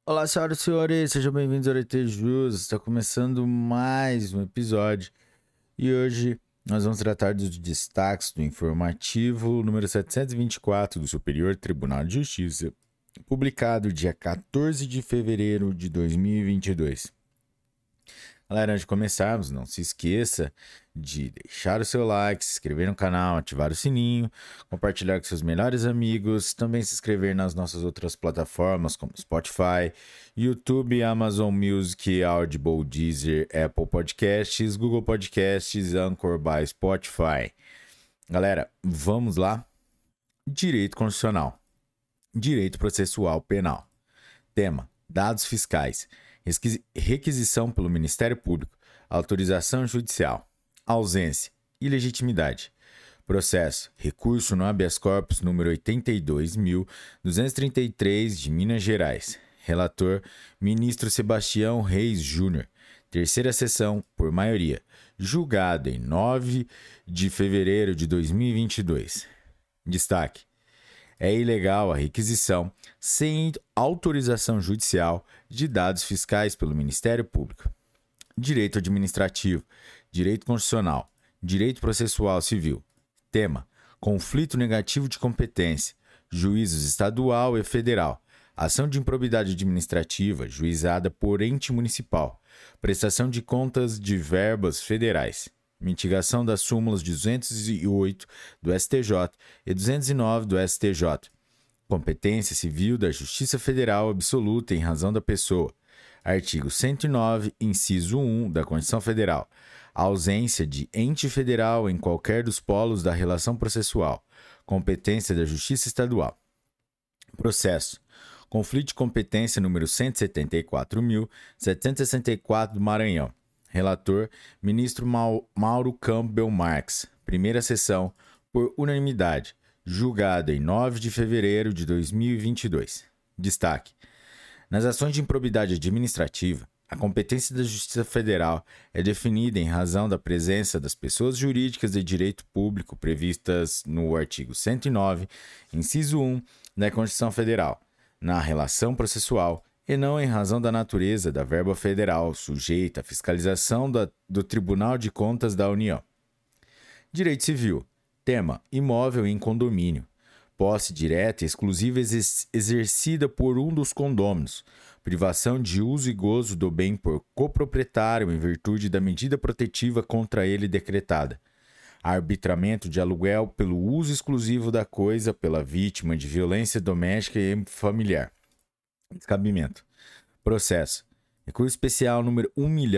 Olá, senhoras e senhores, sejam bem-vindos ao RT Jus. Está começando mais um episódio e hoje nós vamos tratar dos destaques do informativo número 724 do Superior Tribunal de Justiça, publicado dia 14 de fevereiro de 2022. Galera, antes de começarmos, não se esqueça de deixar o seu like, se inscrever no canal, ativar o sininho, compartilhar com seus melhores amigos, também se inscrever nas nossas outras plataformas como Spotify, YouTube, Amazon Music, Audible, Deezer, Apple Podcasts, Google Podcasts, Anchor by Spotify. Galera, vamos lá? Direito Constitucional. Direito Processual Penal. Tema: dados fiscais. Requisição pelo Ministério Público. Autorização judicial. Ausência. Ilegitimidade. Processo: recurso no habeas corpus número 82.233 de Minas Gerais. Relator: ministro Sebastião Reis Júnior. Terceira sessão, por maioria. Julgado em 9 de fevereiro de 2022. Destaque: é ilegal a requisição, sem autorização judicial, de dados fiscais pelo Ministério Público. Direito administrativo, direito constitucional, direito processual civil. Tema: conflito negativo de competência, juízos estadual e federal. Ação de improbidade administrativa, juizada por ente municipal. Prestação de contas de verbas federais. Mitigação das súmulas 208 do STJ e 209 do STJ. Competência civil da Justiça Federal absoluta em razão da pessoa. Artigo 109, inciso 1 da Constituição Federal. A ausência de ente federal em qualquer dos polos da relação processual. Competência da Justiça Estadual. Processo: conflito de competência número 174.764 do Maranhão. Relator: ministro Mauro Campbell Marques. Primeira sessão, por unanimidade. Julgado em 9 de fevereiro de 2022. Destaque: nas ações de improbidade administrativa, a competência da Justiça Federal é definida em razão da presença das pessoas jurídicas de direito público previstas no artigo 109, inciso 1 da Constituição Federal, na relação processual, e não em razão da natureza da verba federal sujeita à fiscalização do Tribunal de Contas da União. Direito Civil. Tema: imóvel em condomínio. Posse direta e exclusiva exercida por um dos condôminos. Privação de uso e gozo do bem por coproprietário em virtude da medida protetiva contra ele decretada. Arbitramento de aluguel pelo uso exclusivo da coisa pela vítima de violência doméstica e familiar. Descabimento. Processo: recurso especial número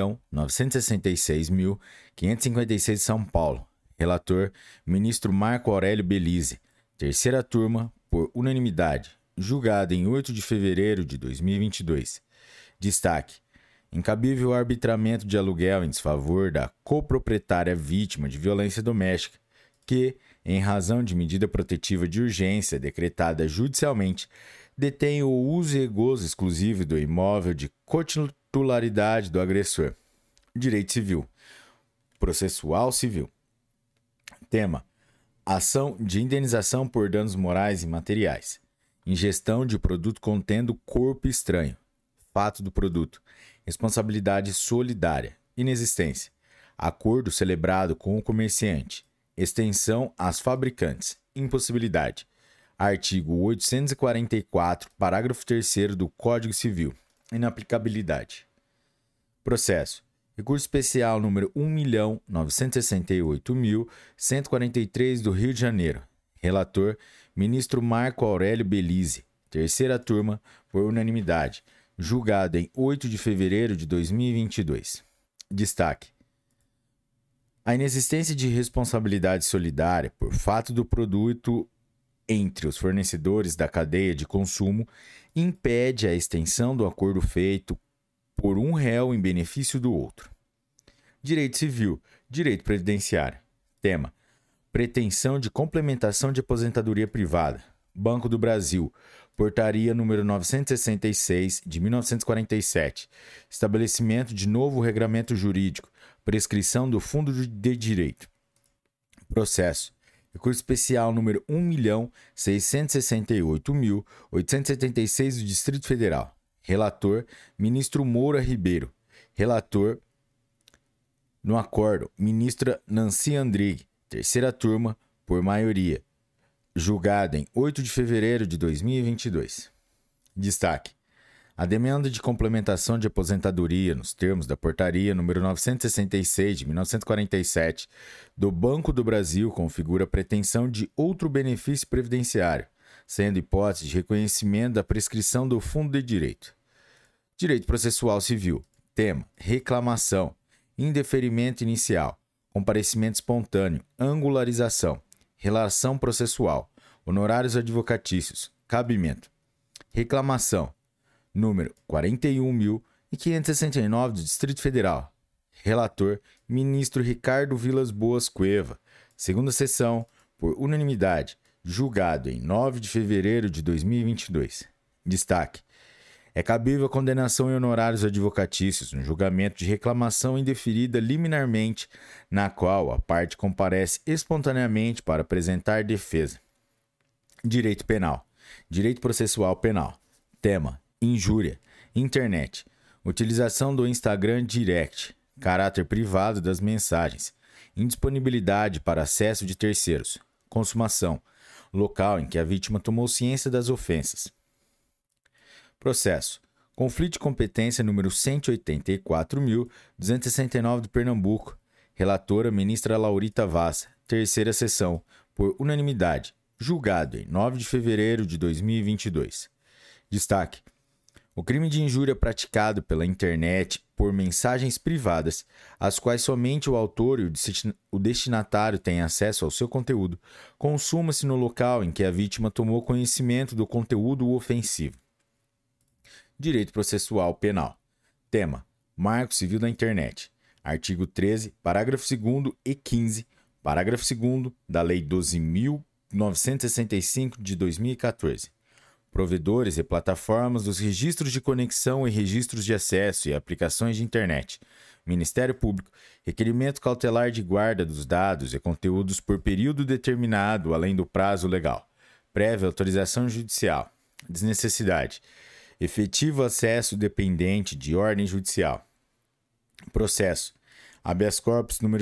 1.966.556 São Paulo. Relator: ministro Marco Aurélio Belize. Terceira turma, por unanimidade. Julgado em 8 de fevereiro de 2022. Destaque: incabível arbitramento de aluguel em desfavor da coproprietária vítima de violência doméstica, que, em razão de medida protetiva de urgência decretada judicialmente, detém o uso e gozo exclusivo do imóvel de cotitularidade do agressor. Direito Civil. Processual Civil. Tema: ação de indenização por danos morais e materiais. Ingestão de produto contendo corpo estranho. Fato do produto. Responsabilidade solidária. Inexistência. Acordo celebrado com o comerciante. Extensão às fabricantes. Impossibilidade. Artigo 844, parágrafo 3º do Código Civil. Inaplicabilidade. Processo: recurso especial número 1.968.143 do Rio de Janeiro. Relator: ministro Marco Aurélio Belize. Terceira turma, por unanimidade. Julgado em 8 de fevereiro de 2022. Destaque: a inexistência de responsabilidade solidária por fato do produto entre os fornecedores da cadeia de consumo impede a extensão do acordo feito por um réu em benefício do outro. Direito Civil, direito previdenciário. Tema: pretensão de complementação de aposentadoria privada. Banco do Brasil, portaria número 966 de 1947. Estabelecimento de novo regramento jurídico. Prescrição do Fundo de Direito. Processo: recurso especial número 1.668.876 do Distrito Federal. Relator, ministro Moura Ribeiro. Relator, no acordo, ministra Nancy Andrighi. Terceira turma, por maioria. Julgada em 8 de fevereiro de 2022. Destaque. A demanda de complementação de aposentadoria nos termos da Portaria número 966 de 1947 do Banco do Brasil configura a pretensão de outro benefício previdenciário, sendo hipótese de reconhecimento da prescrição do fundo de direito. Direito processual civil. Tema: reclamação, indeferimento inicial, comparecimento espontâneo, angularização, relação processual, honorários advocatícios, cabimento. Reclamação número 41.569 do Distrito Federal. Relator, ministro Ricardo Vilas Boas Cueva. Segunda sessão, por unanimidade, julgado em 9 de fevereiro de 2022. Destaque. É cabível a condenação em honorários advocatícios no julgamento de reclamação indeferida liminarmente, na qual a parte comparece espontaneamente para apresentar defesa. Direito penal. Direito processual penal. Tema: injúria, internet, utilização do Instagram Direct, caráter privado das mensagens, indisponibilidade para acesso de terceiros, consumação, local em que a vítima tomou ciência das ofensas. Processo. Conflito de competência número 184.269 de Pernambuco. Relatora, ministra Laurita Vaz. Terceira sessão, por unanimidade, julgado em 9 de fevereiro de 2022. Destaque. O crime de injúria praticado pela internet por mensagens privadas, às quais somente o autor e o destinatário têm acesso ao seu conteúdo, consuma-se no local em que a vítima tomou conhecimento do conteúdo ofensivo. Direito processual penal. Tema: Marco Civil da Internet. Artigo 13, parágrafo 2º e 15, parágrafo 2º da Lei 12.965 de 2014. Provedores e plataformas dos registros de conexão e registros de acesso e aplicações de internet. Ministério Público, requerimento cautelar de guarda dos dados e conteúdos por período determinado além do prazo legal. Prévia autorização judicial. Desnecessidade. Efetivo acesso dependente de ordem judicial. Processo. Habeas corpus número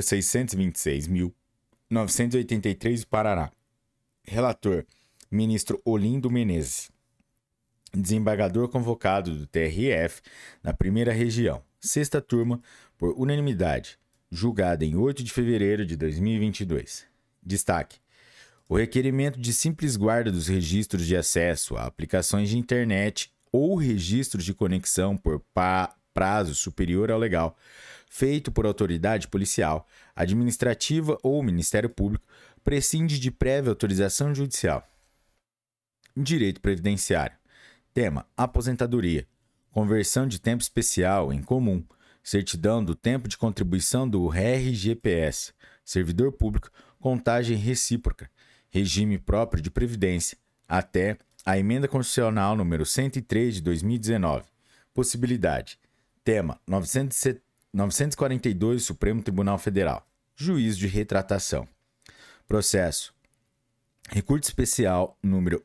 626.983 do Paraná. Relator. Ministro Olindo Menezes. Desembargador convocado do TRF na primeira região. Sexta turma, por unanimidade. Julgada em 8 de fevereiro de 2022. Destaque. O requerimento de simples guarda dos registros de acesso a aplicações de internet ou registros de conexão por prazo superior ao legal, feito por autoridade policial, administrativa ou Ministério Público, prescinde de prévia autorização judicial. Direito previdenciário. Tema: aposentadoria. Conversão de tempo especial em comum. Certidão do tempo de contribuição do RGPS. Servidor público. Contagem recíproca. Regime próprio de previdência. Até a emenda constitucional número 103 de 2019. Possibilidade. Tema: 942 Supremo Tribunal Federal. Juízo de retratação. Processo. Recurso especial número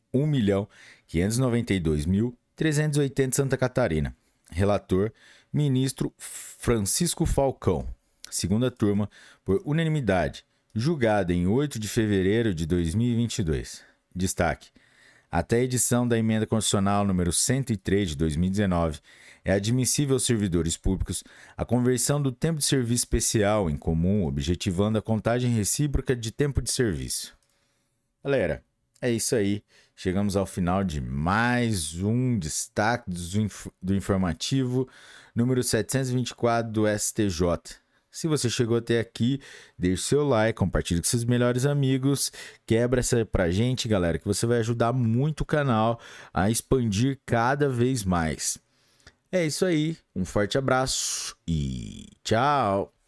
1.592.380 Santa Catarina. Relator, ministro Francisco Falcão. Segunda turma, por unanimidade. Julgada em 8 de fevereiro de 2022. Destaque. Até a edição da emenda constitucional número 103 de 2019, é admissível aos servidores públicos a conversão do tempo de serviço especial em comum, objetivando a contagem recíproca de tempo de serviço. Galera, é isso aí. Chegamos ao final de mais um destaque do informativo número 724 do STJ. Se você chegou até aqui, deixe seu like, compartilhe com seus melhores amigos, quebra essa pra gente, galera, que você vai ajudar muito o canal a expandir cada vez mais. É isso aí, um forte abraço e tchau!